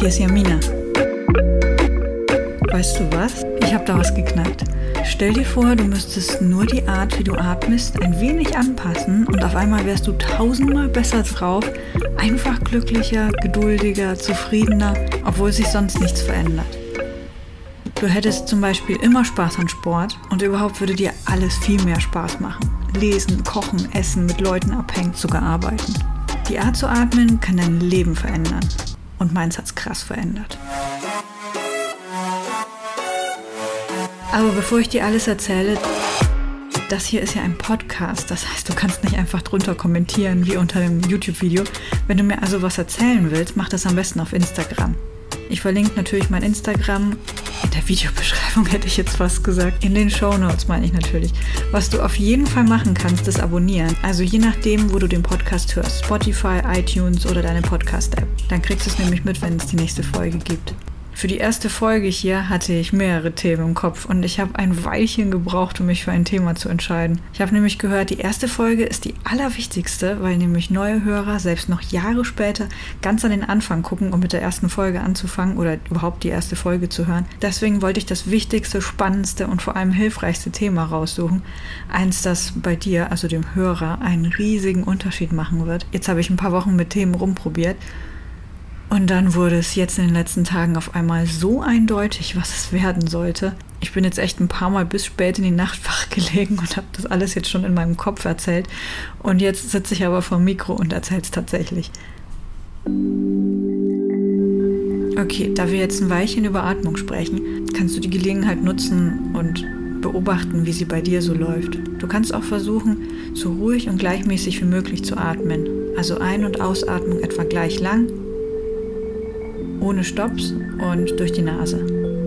hier ist Jamina. Weißt du was? Ich habe da was geknackt. Stell dir vor, du müsstest nur die Art, wie du atmest, ein wenig anpassen und auf einmal wärst du 1000-mal besser drauf, einfach glücklicher, geduldiger, zufriedener, obwohl sich sonst nichts verändert. Du hättest zum Beispiel immer Spaß an Sport und überhaupt würde dir alles viel mehr Spaß machen. Lesen, kochen, essen, mit Leuten abhängen, sogar arbeiten. Die Art zu atmen kann dein Leben verändern. Und meins hat's krass verändert. Aber bevor ich dir alles erzähle, das hier ist ja ein Podcast. Das heißt, du kannst nicht einfach drunter kommentieren, wie unter dem YouTube-Video. Wenn du mir also was erzählen willst, mach das am besten auf Instagram. Ich verlinke natürlich mein Instagram in der Videobeschreibung, hätte ich jetzt fast gesagt. In den Shownotes meine ich natürlich. Was du auf jeden Fall machen kannst, ist abonnieren. Also je nachdem, wo du den Podcast hörst. Spotify, iTunes oder deine Podcast-App. Dann kriegst du es nämlich mit, wenn es die nächste Folge gibt. Für die erste Folge hier hatte ich mehrere Themen im Kopf und ich habe ein Weilchen gebraucht, um mich für ein Thema zu entscheiden. Ich habe nämlich gehört, die erste Folge ist die allerwichtigste, weil nämlich neue Hörer selbst noch Jahre später ganz an den Anfang gucken, um mit der ersten Folge anzufangen oder überhaupt die erste Folge zu hören. Deswegen wollte ich das wichtigste, spannendste und vor allem hilfreichste Thema raussuchen. Eins, das bei dir, also dem Hörer, einen riesigen Unterschied machen wird. Jetzt habe ich ein paar Wochen mit Themen rumprobiert. Und dann wurde es jetzt in den letzten Tagen auf einmal so eindeutig, was es werden sollte. Ich bin jetzt echt ein paar Mal bis spät in die Nacht wach gelegen und habe das alles jetzt schon in meinem Kopf erzählt. Und jetzt sitze ich aber vor dem Mikro und erzähle es tatsächlich. Okay, da wir jetzt ein Weilchen über Atmung sprechen, kannst du die Gelegenheit nutzen und beobachten, wie sie bei dir so läuft. Du kannst auch versuchen, so ruhig und gleichmäßig wie möglich zu atmen. Also Ein- und Ausatmung etwa gleich lang, ohne Stopps und durch die Nase.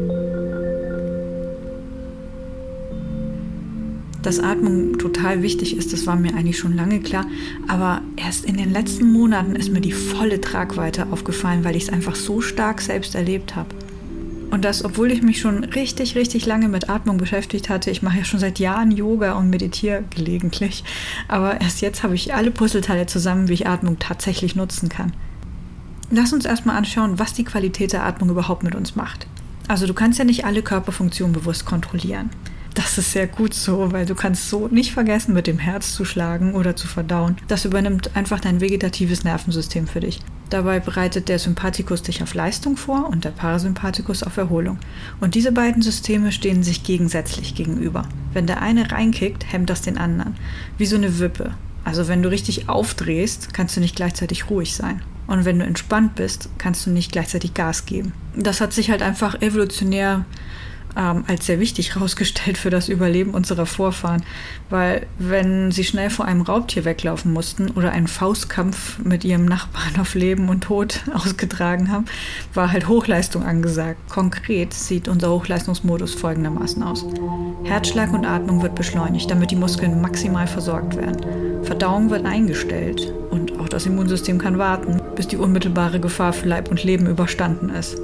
Dass Atmung total wichtig ist, das war mir eigentlich schon lange klar, aber erst in den letzten Monaten ist mir die volle Tragweite aufgefallen, weil ich es einfach so stark selbst erlebt habe. Und das, obwohl ich mich schon richtig, richtig lange mit Atmung beschäftigt hatte. Ich mache ja schon seit Jahren Yoga und meditiere gelegentlich, aber erst jetzt habe ich alle Puzzleteile zusammen, wie ich Atmung tatsächlich nutzen kann. Lass uns erstmal anschauen, was die Qualität der Atmung überhaupt mit uns macht. Also du kannst ja nicht alle Körperfunktionen bewusst kontrollieren. Das ist sehr gut so, weil du kannst so nicht vergessen, mit dem Herz zu schlagen oder zu verdauen. Das übernimmt einfach dein vegetatives Nervensystem für dich. Dabei bereitet der Sympathikus dich auf Leistung vor und der Parasympathikus auf Erholung. Und diese beiden Systeme stehen sich gegensätzlich gegenüber. Wenn der eine reinkickt, hemmt das den anderen. Wie so eine Wippe. Also wenn du richtig aufdrehst, kannst du nicht gleichzeitig ruhig sein. Und wenn du entspannt bist, kannst du nicht gleichzeitig Gas geben. Das hat sich halt einfach evolutionär als sehr wichtig herausgestellt für das Überleben unserer Vorfahren. Weil wenn sie schnell vor einem Raubtier weglaufen mussten oder einen Faustkampf mit ihrem Nachbarn auf Leben und Tod ausgetragen haben, war halt Hochleistung angesagt. Konkret sieht unser Hochleistungsmodus folgendermaßen aus. Herzschlag und Atmung wird beschleunigt, damit die Muskeln maximal versorgt werden. Verdauung wird eingestellt und auch das Immunsystem kann warten, bis die unmittelbare Gefahr für Leib und Leben überstanden ist.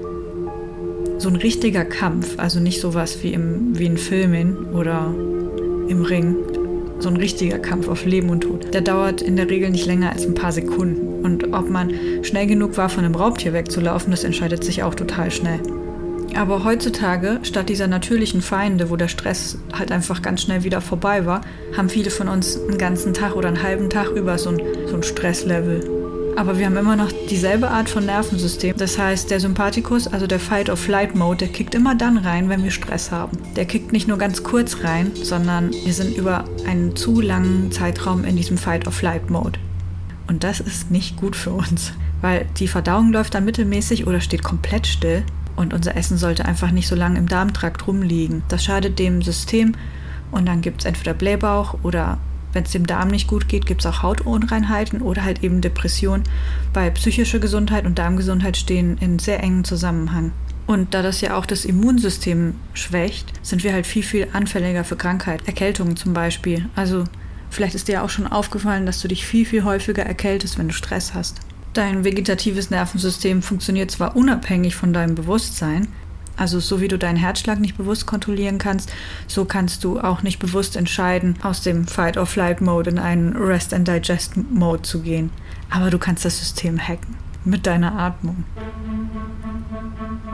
So ein richtiger Kampf, also nicht sowas wie in Filmen oder im Ring, so ein richtiger Kampf auf Leben und Tod, der dauert in der Regel nicht länger als ein paar Sekunden. Und ob man schnell genug war, von einem Raubtier wegzulaufen, das entscheidet sich auch total schnell. Aber heutzutage, statt dieser natürlichen Feinde, wo der Stress halt einfach ganz schnell wieder vorbei war, haben viele von uns einen ganzen Tag oder einen halben Tag über so ein Stresslevel. Aber wir haben immer noch dieselbe Art von Nervensystem. Das heißt, der Sympathikus, also der Fight-or-Flight-Mode, der kickt immer dann rein, wenn wir Stress haben. Der kickt nicht nur ganz kurz rein, sondern wir sind über einen zu langen Zeitraum in diesem Fight-or-Flight-Mode. Und das ist nicht gut für uns, weil die Verdauung läuft dann mittelmäßig oder steht komplett still und unser Essen sollte einfach nicht so lange im Darmtrakt rumliegen. Das schadet dem System und dann gibt es entweder Blähbauch oder wenn es dem Darm nicht gut geht, gibt es auch Hautunreinheiten oder halt eben Depression, weil psychische Gesundheit und Darmgesundheit stehen in sehr engem Zusammenhang. Und da das ja auch das Immunsystem schwächt, sind wir halt viel, viel anfälliger für Krankheit, Erkältungen zum Beispiel. Also vielleicht ist dir auch schon aufgefallen, dass du dich viel, viel häufiger erkältest, wenn du Stress hast. Dein vegetatives Nervensystem funktioniert zwar unabhängig von deinem Bewusstsein, also so wie du deinen Herzschlag nicht bewusst kontrollieren kannst, so kannst du auch nicht bewusst entscheiden, aus dem Fight-or-Flight-Mode in einen Rest-and-Digest-Mode zu gehen. Aber du kannst das System hacken mit deiner Atmung.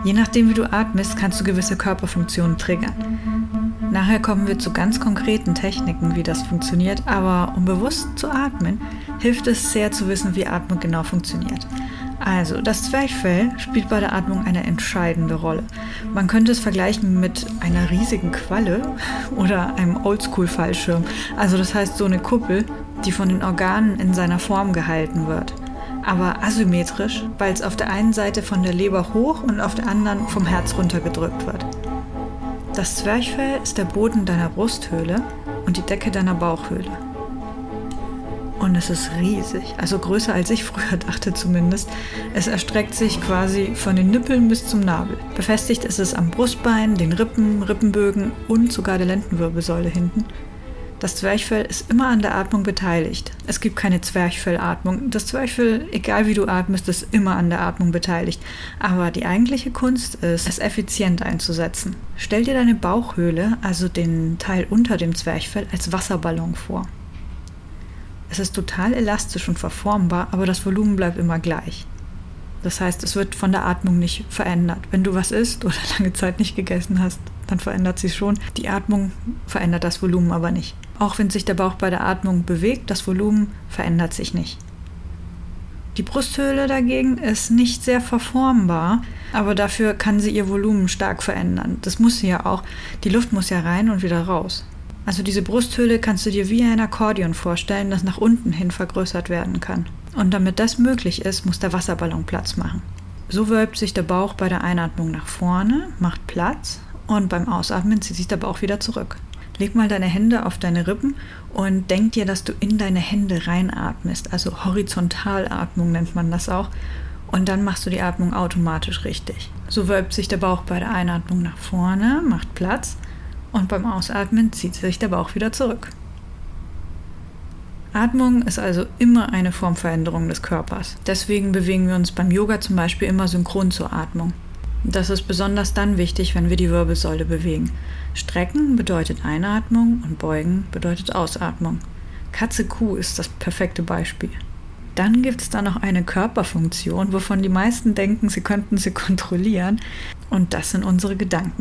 Je nachdem, wie du atmest, kannst du gewisse Körperfunktionen triggern. Nachher kommen wir zu ganz konkreten Techniken, wie das funktioniert, aber um bewusst zu atmen, hilft es sehr zu wissen, wie Atmung genau funktioniert. Also, das Zwerchfell spielt bei der Atmung eine entscheidende Rolle. Man könnte es vergleichen mit einer riesigen Qualle oder einem Oldschool-Fallschirm. Also das heißt so eine Kuppel, die von den Organen in seiner Form gehalten wird. Aber asymmetrisch, weil es auf der einen Seite von der Leber hoch und auf der anderen vom Herz runter gedrückt wird. Das Zwerchfell ist der Boden deiner Brusthöhle und die Decke deiner Bauchhöhle. Und es ist riesig, also größer als ich früher dachte zumindest. Es erstreckt sich quasi von den Nippeln bis zum Nabel. Befestigt ist es am Brustbein, den Rippen, Rippenbögen und sogar der Lendenwirbelsäule hinten. Das Zwerchfell ist immer an der Atmung beteiligt. Es gibt keine Zwerchfellatmung. Das Zwerchfell, egal wie du atmest, ist immer an der Atmung beteiligt. Aber die eigentliche Kunst ist, es effizient einzusetzen. Stell dir deine Bauchhöhle, also den Teil unter dem Zwerchfell, als Wasserballon vor. Es ist total elastisch und verformbar, aber das Volumen bleibt immer gleich. Das heißt, es wird von der Atmung nicht verändert. Wenn du was isst oder lange Zeit nicht gegessen hast, dann verändert sie schon. Die Atmung verändert das Volumen aber nicht. Auch wenn sich der Bauch bei der Atmung bewegt, das Volumen verändert sich nicht. Die Brusthöhle dagegen ist nicht sehr verformbar, aber dafür kann sie ihr Volumen stark verändern. Das muss sie ja auch. Die Luft muss ja rein und wieder raus. Also diese Brusthöhle kannst du dir wie ein Akkordeon vorstellen, das nach unten hin vergrößert werden kann. Und damit das möglich ist, muss der Wasserballon Platz machen. So wölbt sich der Bauch bei der Einatmung nach vorne, macht Platz und beim Ausatmen zieht sich der Bauch wieder zurück. Leg mal deine Hände auf deine Rippen und denk dir, dass du in deine Hände reinatmest. Also Horizontalatmung nennt man das auch. Und dann machst du die Atmung automatisch richtig. So wölbt sich der Bauch bei der Einatmung nach vorne, macht Platz. Und beim Ausatmen zieht sich der Bauch wieder zurück. Atmung ist also immer eine Formveränderung des Körpers. Deswegen bewegen wir uns beim Yoga zum Beispiel immer synchron zur Atmung. Das ist besonders dann wichtig, wenn wir die Wirbelsäule bewegen. Strecken bedeutet Einatmung und Beugen bedeutet Ausatmung. Katze-Kuh ist das perfekte Beispiel. Dann gibt es da noch eine Körperfunktion, wovon die meisten denken, sie könnten sie kontrollieren. Und das sind unsere Gedanken.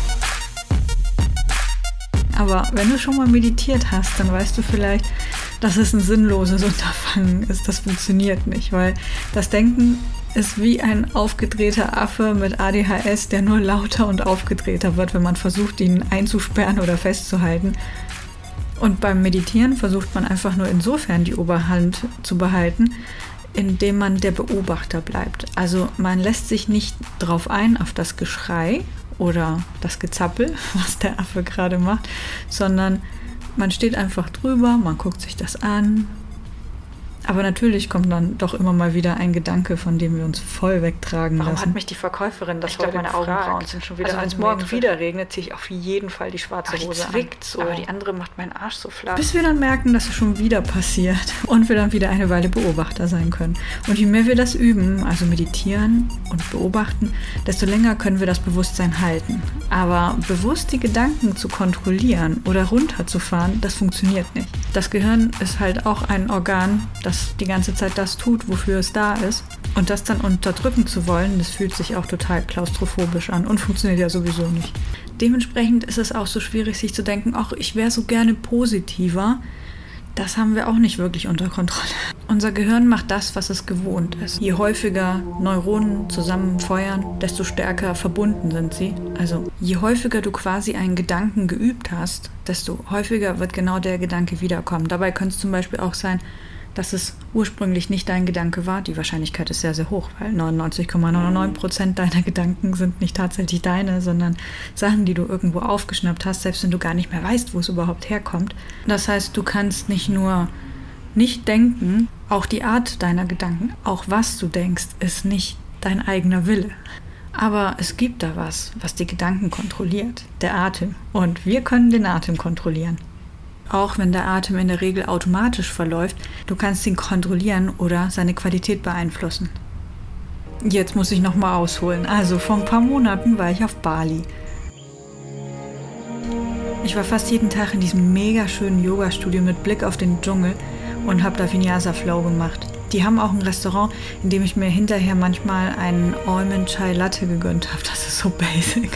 Aber wenn du schon mal meditiert hast, dann weißt du vielleicht, dass es ein sinnloses Unterfangen ist. Das funktioniert nicht, weil das Denken ist wie ein aufgedrehter Affe mit ADHS, der nur lauter und aufgedrehter wird, wenn man versucht, ihn einzusperren oder festzuhalten. Und beim Meditieren versucht man einfach nur insofern die Oberhand zu behalten, indem man der Beobachter bleibt. Also man lässt sich nicht drauf ein, auf das Geschrei oder das Gezappel, was der Affe gerade macht, sondern man steht einfach drüber, man guckt sich das an. Aber natürlich kommt dann doch immer mal wieder ein Gedanke, von dem wir uns voll wegtragen lassen. Warum hat mich die Verkäuferin das heute gefragt? Meine Augenbrauen sind schon wieder also wenn es morgen wieder regnet, ziehe ich auf jeden Fall die schwarze Hose an. So. Aber die andere macht meinen Arsch so flach. Bis wir dann merken, dass es schon wieder passiert und wir dann wieder eine Weile Beobachter sein können. Und je mehr wir das üben, also meditieren und beobachten, desto länger können wir das Bewusstsein halten. Aber bewusst die Gedanken zu kontrollieren oder runterzufahren, das funktioniert nicht. Das Gehirn ist halt auch ein Organ, das die ganze Zeit das tut, wofür es da ist. Und das dann unterdrücken zu wollen, das fühlt sich auch total klaustrophobisch an und funktioniert ja sowieso nicht. Dementsprechend ist es auch so schwierig, sich zu denken, ach, ich wäre so gerne positiver. Das haben wir auch nicht wirklich unter Kontrolle. Unser Gehirn macht das, was es gewohnt ist. Je häufiger Neuronen zusammen feuern, desto stärker verbunden sind sie. Also je häufiger du quasi einen Gedanken geübt hast, desto häufiger wird genau der Gedanke wiederkommen. Dabei könnte es zum Beispiel auch sein, dass es ursprünglich nicht dein Gedanke war. Die Wahrscheinlichkeit ist sehr, sehr hoch, weil 99,99% deiner Gedanken sind nicht tatsächlich deine, sondern Sachen, die du irgendwo aufgeschnappt hast, selbst wenn du gar nicht mehr weißt, wo es überhaupt herkommt. Das heißt, du kannst nicht nur nicht denken, auch die Art deiner Gedanken, auch was du denkst, ist nicht dein eigener Wille. Aber es gibt da was die Gedanken kontrolliert, der Atem. Und wir können den Atem kontrollieren. Auch wenn der Atem in der Regel automatisch verläuft, du kannst ihn kontrollieren oder seine Qualität beeinflussen. Jetzt muss ich nochmal ausholen. Also vor ein paar Monaten war ich auf Bali. Ich war fast jeden Tag in diesem mega schönen Yoga-Studio mit Blick auf den Dschungel und habe da Vinyasa Flow gemacht. Die haben auch ein Restaurant, in dem ich mir hinterher manchmal einen Almond Chai Latte gegönnt habe. Das ist so basic.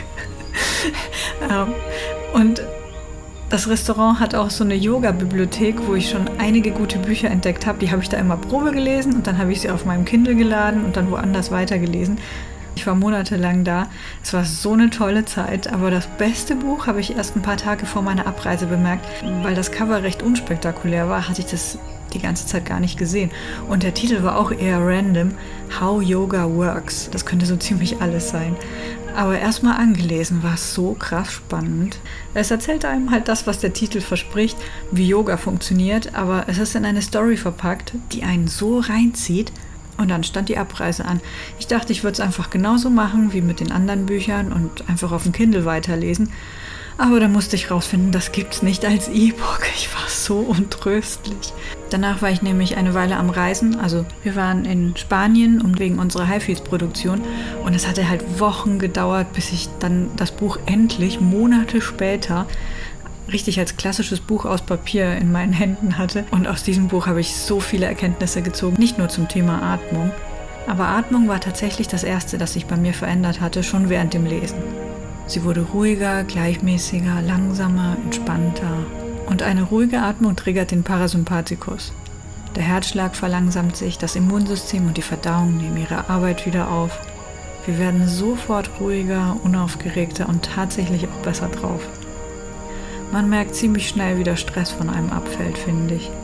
Und das Restaurant hat auch so eine Yoga-Bibliothek, wo ich schon einige gute Bücher entdeckt habe. Die habe ich da immer Probe gelesen und dann habe ich sie auf meinem Kindle geladen und dann woanders weitergelesen. Ich war monatelang da. Es war so eine tolle Zeit, aber das beste Buch habe ich erst ein paar Tage vor meiner Abreise bemerkt. Weil das Cover recht unspektakulär war, hatte ich das die ganze Zeit gar nicht gesehen. Und der Titel war auch eher random, How Yoga Works. Das könnte so ziemlich alles sein. Aber erstmal angelesen war es so krass spannend. Es erzählt einem halt das, was der Titel verspricht, wie Yoga funktioniert, aber es ist in eine Story verpackt, die einen so reinzieht. Und dann stand die Abreise an. Ich dachte, ich würde es einfach genauso machen wie mit den anderen Büchern und einfach auf dem Kindle weiterlesen. Aber da musste ich rausfinden, das gibt's nicht als E-Book. Ich war so untröstlich. Danach war ich nämlich eine Weile am Reisen. Also wir waren in Spanien wegen unserer Highfields-Produktion. Und es hatte halt Wochen gedauert, bis ich dann das Buch endlich, Monate später, richtig als klassisches Buch aus Papier in meinen Händen hatte. Und aus diesem Buch habe ich so viele Erkenntnisse gezogen, nicht nur zum Thema Atmung. Aber Atmung war tatsächlich das Erste, das sich bei mir verändert hatte, schon während dem Lesen. Sie wurde ruhiger, gleichmäßiger, langsamer, entspannter. Und eine ruhige Atmung triggert den Parasympathikus. Der Herzschlag verlangsamt sich, das Immunsystem und die Verdauung nehmen ihre Arbeit wieder auf. Wir werden sofort ruhiger, unaufgeregter und tatsächlich auch besser drauf. Man merkt ziemlich schnell, wie der Stress von einem abfällt, finde ich.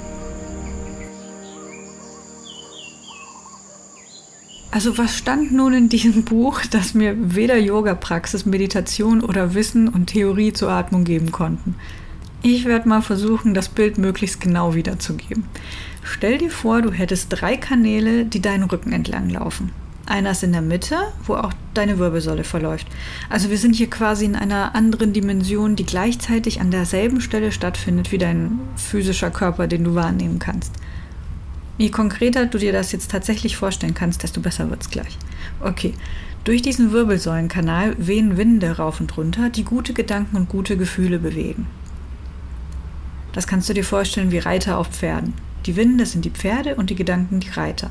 Also was stand nun in diesem Buch, das mir weder Yoga-Praxis, Meditation oder Wissen und Theorie zur Atmung geben konnten? Ich werde mal versuchen, das Bild möglichst genau wiederzugeben. Stell dir vor, du hättest 3 Kanäle, die deinen Rücken entlang laufen. Einer ist in der Mitte, wo auch deine Wirbelsäule verläuft. Also wir sind hier quasi in einer anderen Dimension, die gleichzeitig an derselben Stelle stattfindet wie dein physischer Körper, den du wahrnehmen kannst. Je konkreter du dir das jetzt tatsächlich vorstellen kannst, desto besser wird's gleich. Okay, durch diesen Wirbelsäulenkanal wehen Winde rauf und runter, die gute Gedanken und gute Gefühle bewegen. Das kannst du dir vorstellen wie Reiter auf Pferden. Die Winde sind die Pferde und die Gedanken die Reiter.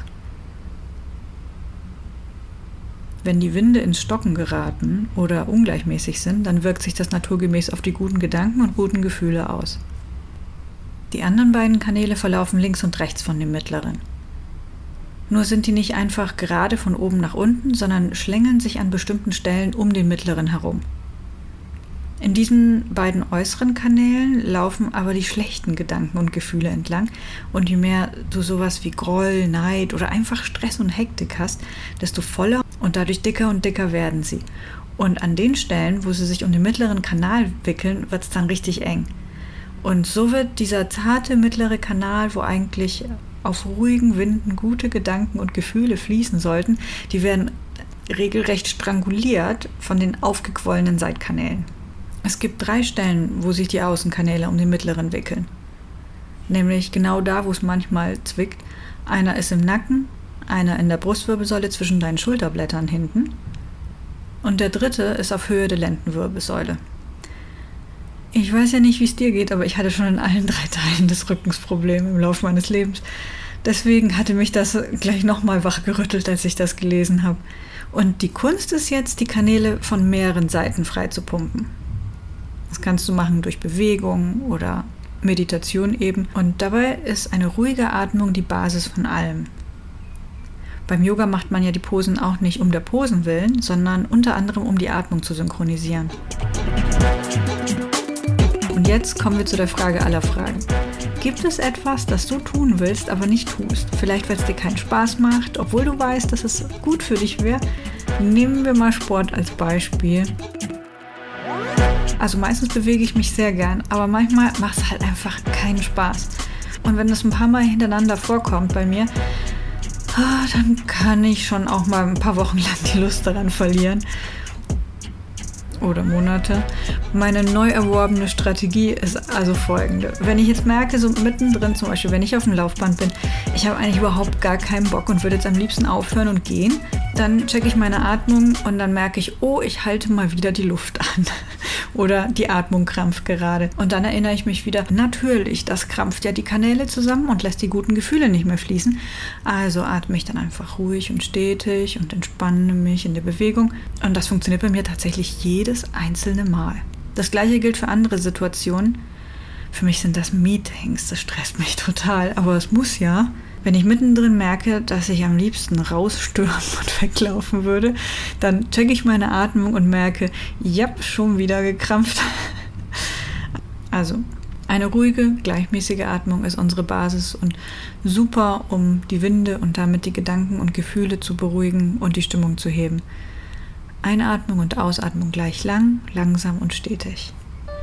Wenn die Winde ins Stocken geraten oder ungleichmäßig sind, dann wirkt sich das naturgemäß auf die guten Gedanken und guten Gefühle aus. Die anderen beiden Kanäle verlaufen links und rechts von dem mittleren. Nur sind die nicht einfach gerade von oben nach unten, sondern schlängeln sich an bestimmten Stellen um den mittleren herum. In diesen beiden äußeren Kanälen laufen aber die schlechten Gedanken und Gefühle entlang und je mehr du sowas wie Groll, Neid oder einfach Stress und Hektik hast, desto voller und dadurch dicker und dicker werden sie. Und an den Stellen, wo sie sich um den mittleren Kanal wickeln, wird es dann richtig eng. Und so wird dieser zarte mittlere Kanal, wo eigentlich auf ruhigen Winden gute Gedanken und Gefühle fließen sollten, die werden regelrecht stranguliert von den aufgequollenen Seitkanälen. Es gibt 3 Stellen, wo sich die Außenkanäle um den mittleren wickeln. Nämlich genau da, wo es manchmal zwickt. Einer ist im Nacken, einer in der Brustwirbelsäule zwischen deinen Schulterblättern hinten und der dritte ist auf Höhe der Lendenwirbelsäule. Ich weiß ja nicht, wie es dir geht, aber ich hatte schon in allen 3 Teilen des Rückens Probleme im Laufe meines Lebens. Deswegen hatte mich das gleich nochmal wachgerüttelt, als ich das gelesen habe. Und die Kunst ist jetzt, die Kanäle von mehreren Seiten frei zu pumpen. Das kannst du machen durch Bewegung oder Meditation eben. Und dabei ist eine ruhige Atmung die Basis von allem. Beim Yoga macht man ja die Posen auch nicht um der Posen willen, sondern unter anderem um die Atmung zu synchronisieren. Und jetzt kommen wir zu der Frage aller Fragen. Gibt es etwas, das du tun willst, aber nicht tust? Vielleicht, weil es dir keinen Spaß macht, obwohl du weißt, dass es gut für dich wäre? Nehmen wir mal Sport als Beispiel. Also meistens bewege ich mich sehr gern, aber manchmal macht es halt einfach keinen Spaß. Und wenn das ein paar Mal hintereinander vorkommt bei mir, dann kann ich schon auch mal ein paar Wochen lang die Lust daran verlieren. Oder Monate. Meine neu erworbene Strategie ist also folgende. Wenn ich jetzt merke, so mittendrin zum Beispiel, wenn ich auf dem Laufband bin, ich habe eigentlich überhaupt gar keinen Bock und würde jetzt am liebsten aufhören und gehen, dann checke ich meine Atmung und dann merke ich, oh, ich halte mal wieder die Luft an. Oder die Atmung krampft gerade. Und dann erinnere ich mich wieder, natürlich, das krampft ja die Kanäle zusammen und lässt die guten Gefühle nicht mehr fließen. Also atme ich dann einfach ruhig und stetig und entspanne mich in der Bewegung. Und das funktioniert bei mir tatsächlich jedes einzelne Mal. Das Gleiche gilt für andere Situationen. Für mich sind das Meetings, das stresst mich total, aber es muss ja. Wenn ich mittendrin merke, dass ich am liebsten rausstürmen und weglaufen würde, dann checke ich meine Atmung und merke, ja, schon wieder gekrampft. Also, eine ruhige, gleichmäßige Atmung ist unsere Basis und super, um die Winde und damit die Gedanken und Gefühle zu beruhigen und die Stimmung zu heben. Einatmung und Ausatmung gleich lang, langsam und stetig.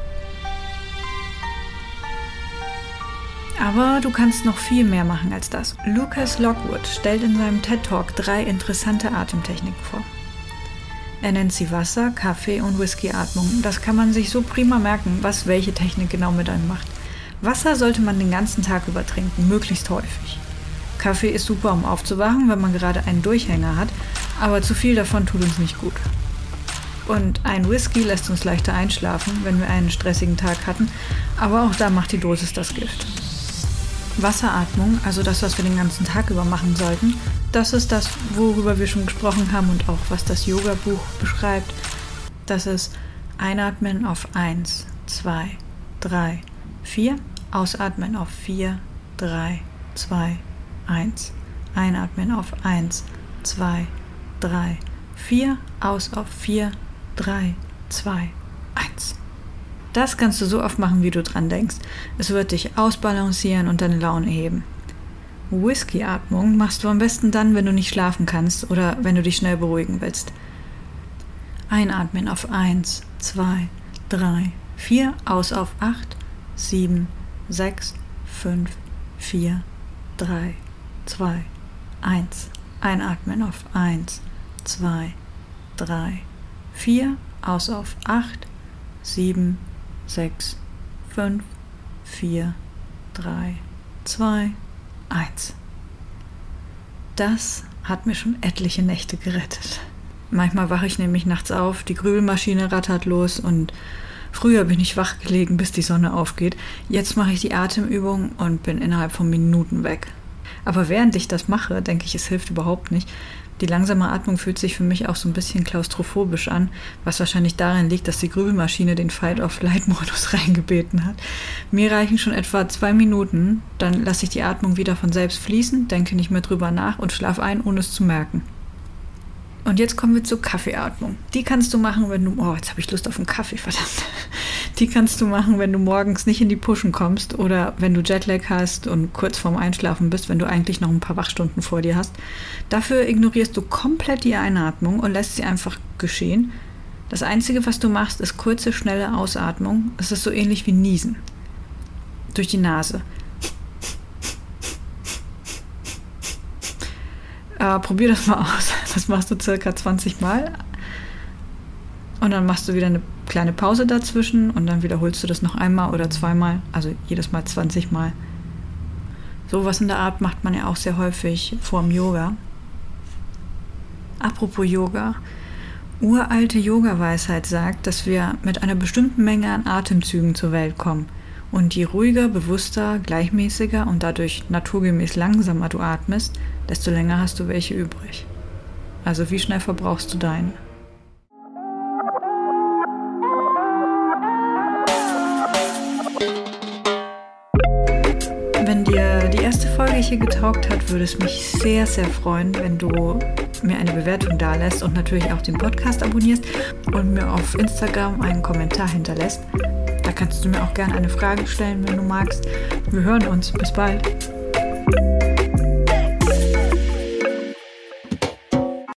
Aber du kannst noch viel mehr machen als das. Lucas Lockwood stellt in seinem TED-Talk 3 interessante Atemtechniken vor. Er nennt sie Wasser-, Kaffee- und Whisky-Atmung. Das kann man sich so prima merken, was welche Technik genau mit einem macht. Wasser sollte man den ganzen Tag über trinken, möglichst häufig. Kaffee ist super, um aufzuwachen, wenn man gerade einen Durchhänger hat, aber zu viel davon tut uns nicht gut. Und ein Whisky lässt uns leichter einschlafen, wenn wir einen stressigen Tag hatten, aber auch da macht die Dosis das Gift. Wasseratmung, also das, was wir den ganzen Tag über machen sollten, das ist das, worüber wir schon gesprochen haben und auch was das Yoga-Buch beschreibt. Das ist Einatmen auf 1, 2, 3, 4, Ausatmen auf 4, 3, 2, 1. Einatmen auf 1, 2, 3, 4, aus auf 4, 3, 2, 1. Das kannst du so oft machen, wie du dran denkst. Es wird dich ausbalancieren und deine Laune heben. Whisky-Atmung machst du am besten dann, wenn du nicht schlafen kannst oder wenn du dich schnell beruhigen willst. Einatmen auf 1, 2, 3, 4, aus auf 8, 7, 6, 5, 4, 3, 2, 1. Einatmen auf 1, 2, 3, 4, aus auf 8, 7, 6, 5, 4, 3, 2, 1. Das hat mir schon etliche Nächte gerettet. Manchmal wache ich nämlich nachts auf, die Grübelmaschine rattert los und früher bin ich wach gelegen, bis die Sonne aufgeht. Jetzt mache ich die Atemübung und bin innerhalb von Minuten weg. Aber während ich das mache, denke ich, es hilft überhaupt nicht. Die langsame Atmung fühlt sich für mich auch so ein bisschen klaustrophobisch an, was wahrscheinlich darin liegt, dass die Grübelmaschine den Fight-of-Flight-Modus reingebeten hat. Mir reichen schon etwa 2 Minuten, dann lasse ich die Atmung wieder von selbst fließen, denke nicht mehr drüber nach und schlafe ein, ohne es zu merken. Und jetzt kommen wir zur Kaffeeatmung. Die kannst du machen, wenn du... Oh, jetzt habe ich Lust auf einen Kaffee, verdammt. Die kannst du machen, wenn du morgens nicht in die Puschen kommst oder wenn du Jetlag hast und kurz vorm Einschlafen bist, wenn du eigentlich noch ein paar Wachstunden vor dir hast. Dafür ignorierst du komplett die Einatmung und lässt sie einfach geschehen. Das Einzige, was du machst, ist kurze, schnelle Ausatmung. Es ist so ähnlich wie Niesen. Durch die Nase. Probier das mal aus. Das machst du circa 20 Mal. Und dann machst du wieder eine kleine Pause dazwischen und dann wiederholst du das noch einmal oder zweimal, also jedes Mal 20 Mal. Sowas in der Art macht man ja auch sehr häufig vorm Yoga. Apropos Yoga. Uralte Yoga-Weisheit sagt, dass wir mit einer bestimmten Menge an Atemzügen zur Welt kommen. Und je ruhiger, bewusster, gleichmäßiger und dadurch naturgemäß langsamer du atmest, desto länger hast du welche übrig. Also wie schnell verbrauchst du deinen? Wenn dir die erste Folge hier getaugt hat, würde es mich sehr, sehr freuen, wenn du mir eine Bewertung dalässt und natürlich auch den Podcast abonnierst und mir auf Instagram einen Kommentar hinterlässt. Da kannst du mir auch gerne eine Frage stellen, wenn du magst. Wir hören uns. Bis bald.